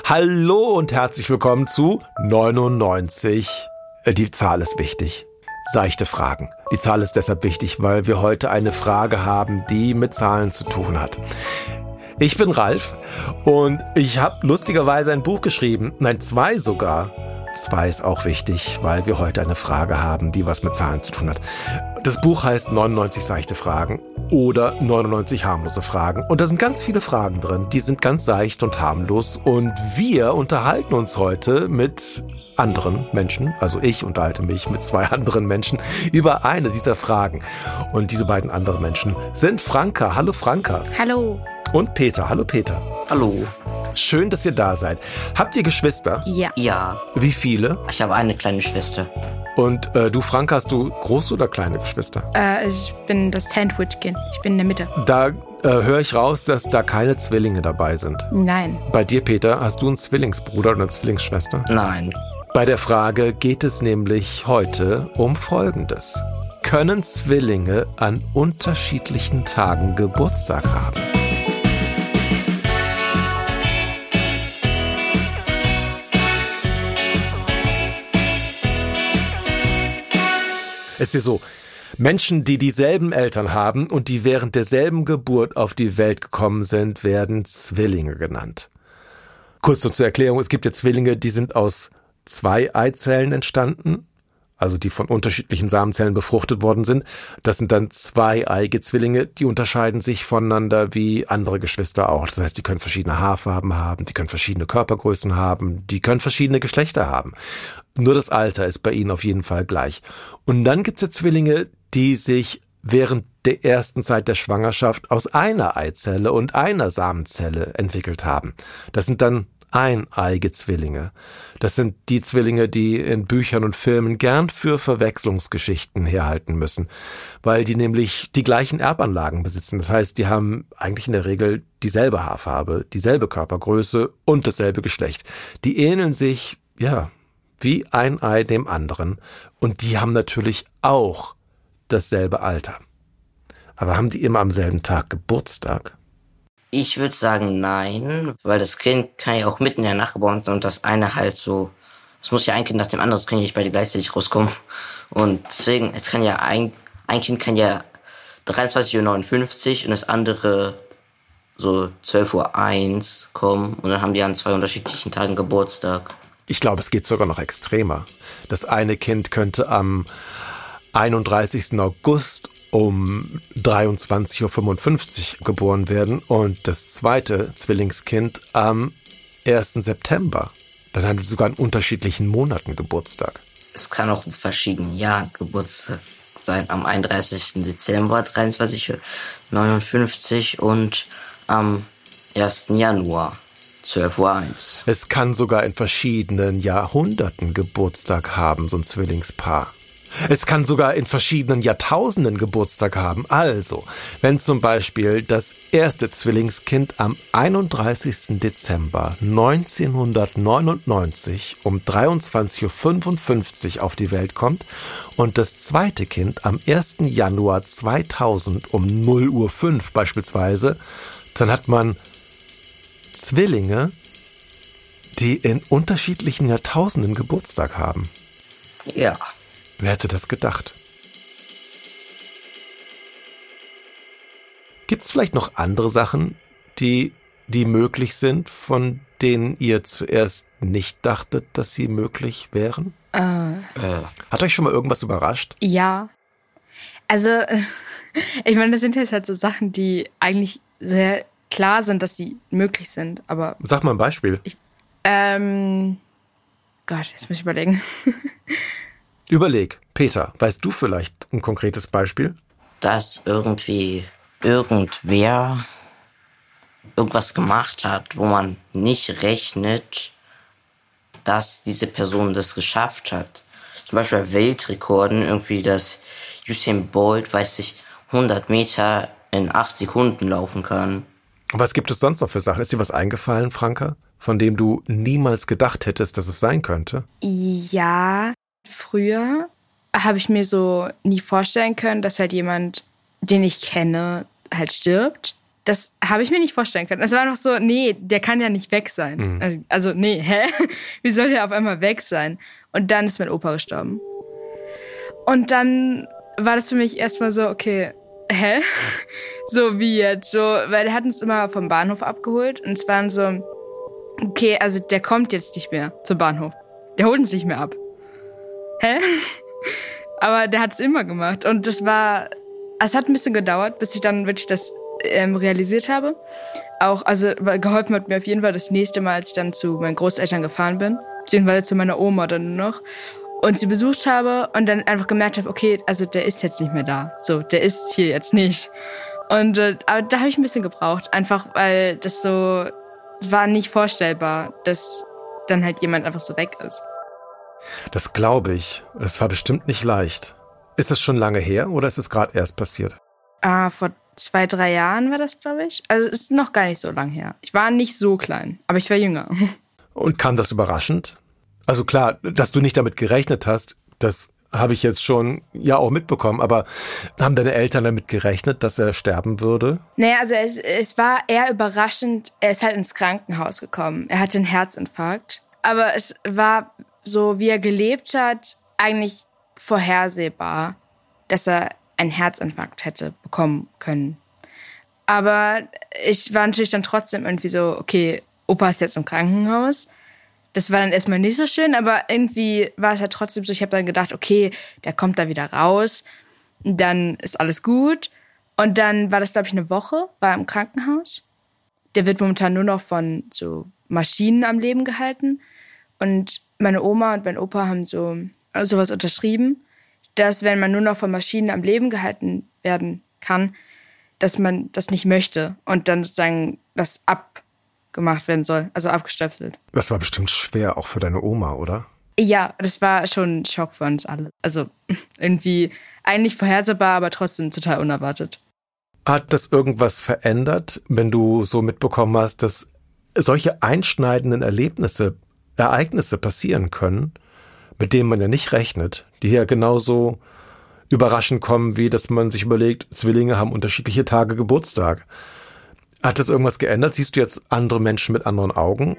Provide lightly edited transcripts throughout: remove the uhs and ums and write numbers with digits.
Hallo und herzlich willkommen zu 99. Die Zahl ist wichtig. Seichte Fragen. Die Zahl ist deshalb wichtig, weil wir heute eine Frage haben, die mit Zahlen zu tun hat. Ich bin Ralf und ich habe lustigerweise ein Buch geschrieben. Nein, 2 sogar. 2 ist auch wichtig, weil wir heute eine Frage haben, die was mit Zahlen zu tun hat. Das Buch heißt 99 seichte Fragen oder 99 harmlose Fragen. Und da sind ganz viele Fragen drin, die sind ganz seicht und harmlos. Und wir unterhalten uns heute mit anderen Menschen, also ich unterhalte mich mit 2 anderen Menschen über eine dieser Fragen. Und diese beiden anderen Menschen sind Franka. Hallo Franka. Hallo. Und Peter. Hallo Peter. Hallo. Schön, dass ihr da seid. Habt ihr Geschwister? Ja. Ja, Wie viele? ich habe eine kleine Schwester. Und du, Franka, hast du große oder kleine Geschwister? Ich bin das Sandwich-Kind. Ich bin in der Mitte. Da höre ich raus, dass da keine Zwillinge dabei sind. Nein. Bei dir, Peter, hast du einen Zwillingsbruder oder eine Zwillingsschwester? Nein. Bei der Frage geht es nämlich heute um Folgendes. Können Zwillinge an unterschiedlichen Tagen Geburtstag haben? Es ist ja so, Menschen, die dieselben Eltern haben und die während derselben Geburt auf die Welt gekommen sind, werden Zwillinge genannt. Kurz noch zur Erklärung, es gibt ja Zwillinge, die sind aus 2 Eizellen entstanden, also die von unterschiedlichen Samenzellen befruchtet worden sind. Das sind dann 2-eige Zwillinge, die unterscheiden sich voneinander wie andere Geschwister auch. Das heißt, die können verschiedene Haarfarben haben, die können verschiedene Körpergrößen haben, die können verschiedene Geschlechter haben. Nur das Alter ist bei ihnen auf jeden Fall gleich. Und dann gibt es ja Zwillinge, die sich während der ersten Zeit der Schwangerschaft aus einer Eizelle und einer Samenzelle entwickelt haben. Das sind dann eineige Zwillinge. Das sind die Zwillinge, die in Büchern und Filmen gern für Verwechslungsgeschichten herhalten müssen, weil die nämlich die gleichen Erbanlagen besitzen. Das heißt, die haben eigentlich in der Regel dieselbe Haarfarbe, dieselbe Körpergröße und dasselbe Geschlecht. Die ähneln sich, ja, wie ein Ei dem anderen. Und die haben natürlich auch dasselbe Alter. Aber haben die immer am selben Tag Geburtstag? Ich würde sagen nein, weil das Kind kann ja auch mitten in der Nacht geboren sein und das eine halt so, es muss ja ein Kind nach dem anderen, das können ja nicht beide gleichzeitig rauskommen. Und deswegen, es kann ja ein Kind kann ja 23:59 Uhr und das andere so 12:01 Uhr kommen und dann haben die an 2 unterschiedlichen Tagen Geburtstag. Ich glaube, es geht sogar noch extremer. Das eine Kind könnte am 31. August um 23:55 Uhr geboren werden und das zweite Zwillingskind am 1. September. Dann haben die sogar in unterschiedlichen Monaten Geburtstag. Es kann auch in verschiedenen Jahren Geburtstag sein. Am 31. Dezember 23:59 Uhr und am 1. Januar 12:01 Uhr. Es kann sogar in verschiedenen Jahrhunderten Geburtstag haben, so ein Zwillingspaar. Es kann sogar in verschiedenen Jahrtausenden Geburtstag haben. Also, wenn zum Beispiel das erste Zwillingskind am 31. Dezember 1999 um 23:55 Uhr auf die Welt kommt und das zweite Kind am 1. Januar 2000 um 0:05 Uhr beispielsweise, dann hat man Zwillinge, die in unterschiedlichen Jahrtausenden Geburtstag haben. Ja. Wer hätte das gedacht? Gibt es vielleicht noch andere Sachen, die möglich sind, von denen ihr zuerst nicht dachtet, dass sie möglich wären? Hat euch schon mal irgendwas überrascht? Ja. Also, ich meine, das sind jetzt halt so Sachen, die eigentlich sehr klar sind, dass sie möglich sind, aber... Sag mal ein Beispiel. Gott, jetzt muss ich überlegen. Überleg, Peter, weißt du vielleicht ein konkretes Beispiel? Dass irgendwie irgendwer irgendwas gemacht hat, wo man nicht rechnet, dass diese Person das geschafft hat. Zum Beispiel bei Weltrekorden, irgendwie, dass Usain Bolt, 100 Meter in 8 Sekunden laufen kann. Und was gibt es sonst noch für Sachen? Ist dir was eingefallen, Franka, von dem du niemals gedacht hättest, dass es sein könnte? Ja, früher habe ich mir so nie vorstellen können, dass halt jemand, den ich kenne, halt stirbt. Das habe ich mir nicht vorstellen können. Es war einfach so, nee, der kann ja nicht weg sein. Also nee, wie soll der auf einmal weg sein? Und dann ist mein Opa gestorben. Und dann war das für mich erstmal so, okay, so wie jetzt? So, weil der hat uns immer vom Bahnhof abgeholt und es waren so, okay, also der kommt jetzt nicht mehr zum Bahnhof. Der holt uns nicht mehr ab. Aber der hat es immer gemacht. Und es hat ein bisschen gedauert, bis ich dann wirklich das realisiert habe. Auch, also geholfen hat mir auf jeden Fall das nächste Mal, als ich dann zu meinen Großeltern gefahren bin, beziehungsweise zu meiner Oma dann nur noch, und sie besucht habe und dann einfach gemerkt habe, okay, also der ist jetzt nicht mehr da. So, der ist hier jetzt nicht. Und aber da habe ich ein bisschen gebraucht, einfach weil es war nicht vorstellbar, dass dann halt jemand einfach so weg ist. Das glaube ich. Das war bestimmt nicht leicht. Ist das schon lange her oder ist es gerade erst passiert? Vor 2-3 Jahren war das, glaube ich. Also es ist noch gar nicht so lang her. Ich war nicht so klein, aber ich war jünger. Und kam das überraschend? Also klar, dass du nicht damit gerechnet hast, das habe ich jetzt schon ja auch mitbekommen, aber haben deine Eltern damit gerechnet, dass er sterben würde? Naja, also es war eher überraschend. Er ist halt ins Krankenhaus gekommen. Er hatte einen Herzinfarkt. Aber es war so, wie er gelebt hat, eigentlich vorhersehbar, dass er einen Herzinfarkt hätte bekommen können. Aber ich war natürlich dann trotzdem irgendwie so, okay, Opa ist jetzt im Krankenhaus. Das war dann erstmal nicht so schön, aber irgendwie war es halt trotzdem so, ich habe dann gedacht, okay, der kommt da wieder raus, dann ist alles gut. Und dann war das, glaube ich, eine Woche, war er im Krankenhaus. Der wird momentan nur noch von so Maschinen am Leben gehalten. Und meine Oma und mein Opa haben sowas unterschrieben, dass wenn man nur noch von Maschinen am Leben gehalten werden kann, dass man das nicht möchte und dann sozusagen das abgemacht werden soll, also abgestöpselt. Das war bestimmt schwer, auch für deine Oma, oder? Ja, das war schon ein Schock für uns alle. Also irgendwie eigentlich vorhersehbar, aber trotzdem total unerwartet. Hat das irgendwas verändert, wenn du so mitbekommen hast, dass solche einschneidenden Ereignisse passieren können, mit denen man ja nicht rechnet, die ja genauso überraschend kommen, wie dass man sich überlegt, Zwillinge haben unterschiedliche Tage Geburtstag. Hat das irgendwas geändert? Siehst du jetzt andere Menschen mit anderen Augen?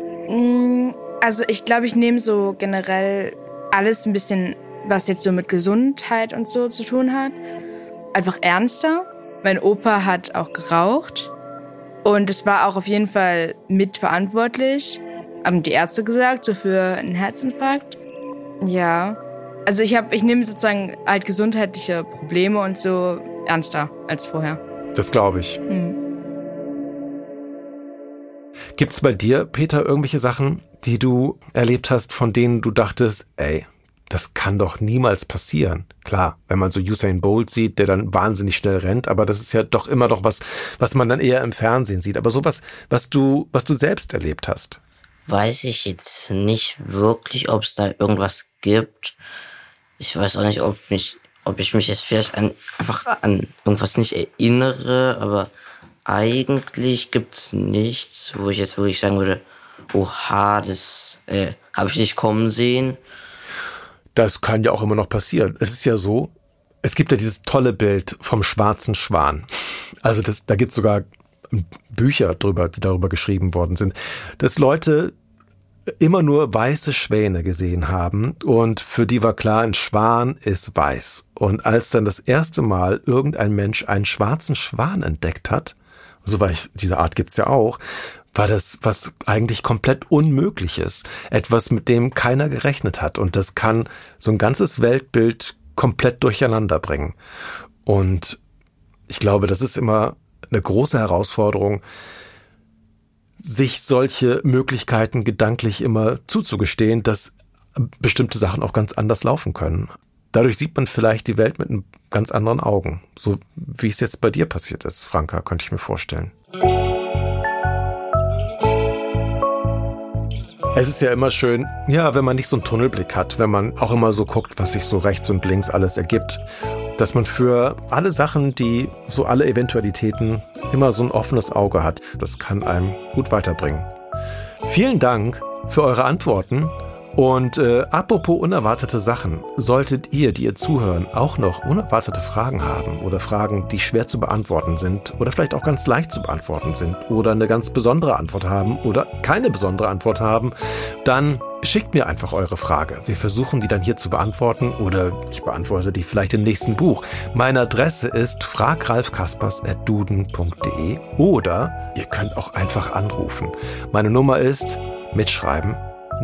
Also ich glaube, ich nehme so generell alles ein bisschen, was jetzt so mit Gesundheit und so zu tun hat, einfach ernster. Mein Opa hat auch geraucht und es war auch auf jeden Fall mitverantwortlich, haben die Ärzte gesagt, so für einen Herzinfarkt. Ja, also ich nehme sozusagen halt gesundheitliche Probleme und so ernster als vorher. Das glaube ich. Gibt's bei dir, Peter, irgendwelche Sachen, die du erlebt hast, von denen du dachtest, ey, das kann doch niemals passieren? Klar, wenn man so Usain Bolt sieht, der dann wahnsinnig schnell rennt, aber das ist ja doch immer doch was man dann eher im Fernsehen sieht. Aber sowas, was du selbst erlebt hast. Weiß ich jetzt nicht wirklich, ob es da irgendwas gibt. Ich weiß auch nicht, ob ich mich jetzt vielleicht einfach an irgendwas nicht erinnere, aber eigentlich gibt's nichts, wo ich jetzt wirklich sagen würde, oha, das habe ich nicht kommen sehen. Das kann ja auch immer noch passieren. Es ist ja so, es gibt ja dieses tolle Bild vom schwarzen Schwan. Also da gibt's sogar Bücher drüber, die darüber geschrieben worden sind, dass Leute immer nur weiße Schwäne gesehen haben und für die war klar, ein Schwan ist weiß. Und als dann das erste Mal irgendein Mensch einen schwarzen Schwan entdeckt hat, diese Art gibt's ja auch, war das was eigentlich komplett Unmögliches. Etwas, mit dem keiner gerechnet hat. Und das kann so ein ganzes Weltbild komplett durcheinander bringen. Und ich glaube, das ist immer eine große Herausforderung, sich solche Möglichkeiten gedanklich immer zuzugestehen, dass bestimmte Sachen auch ganz anders laufen können. Dadurch sieht man vielleicht die Welt mit einem ganz anderen Augen. So wie es jetzt bei dir passiert ist, Franka, könnte ich mir vorstellen. Es ist ja immer schön, ja, wenn man nicht so einen Tunnelblick hat, wenn man auch immer so guckt, was sich so rechts und links alles ergibt, dass man für alle Sachen, alle Eventualitäten immer so ein offenes Auge hat. Das kann einem gut weiterbringen. Vielen Dank für eure Antworten Und apropos unerwartete Sachen, solltet ihr, die ihr zuhören, auch noch unerwartete Fragen haben oder Fragen, die schwer zu beantworten sind oder vielleicht auch ganz leicht zu beantworten sind oder eine ganz besondere Antwort haben oder keine besondere Antwort haben, dann schickt mir einfach eure Frage. Wir versuchen die dann hier zu beantworten oder ich beantworte die vielleicht im nächsten Buch. Meine Adresse ist fragralfkaspers@duden.de oder ihr könnt auch einfach anrufen. Meine Nummer ist, mitschreiben,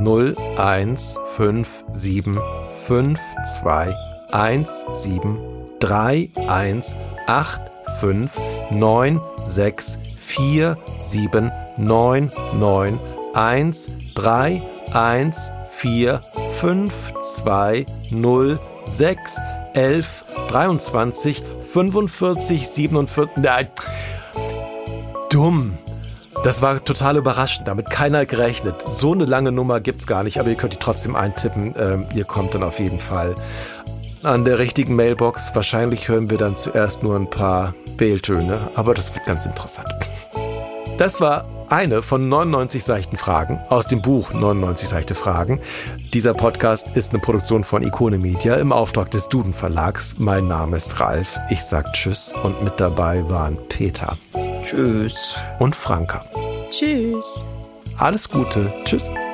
0157259964597131452112345 Nein, dumm. Das war total überraschend, damit keiner gerechnet. So eine lange Nummer gibt's gar nicht, aber ihr könnt die trotzdem eintippen. Ihr kommt dann auf jeden Fall an der richtigen Mailbox. Wahrscheinlich hören wir dann zuerst nur ein paar Wähltöne, aber das wird ganz interessant. Das war eine von 99 seichten Fragen aus dem Buch 99 seichte Fragen. Dieser Podcast ist eine Produktion von Ikone Media im Auftrag des Duden Verlags. Mein Name ist Ralf. Ich sag Tschüss und mit dabei waren Peter. Tschüss. Und Franka. Tschüss. Alles Gute. Tschüss.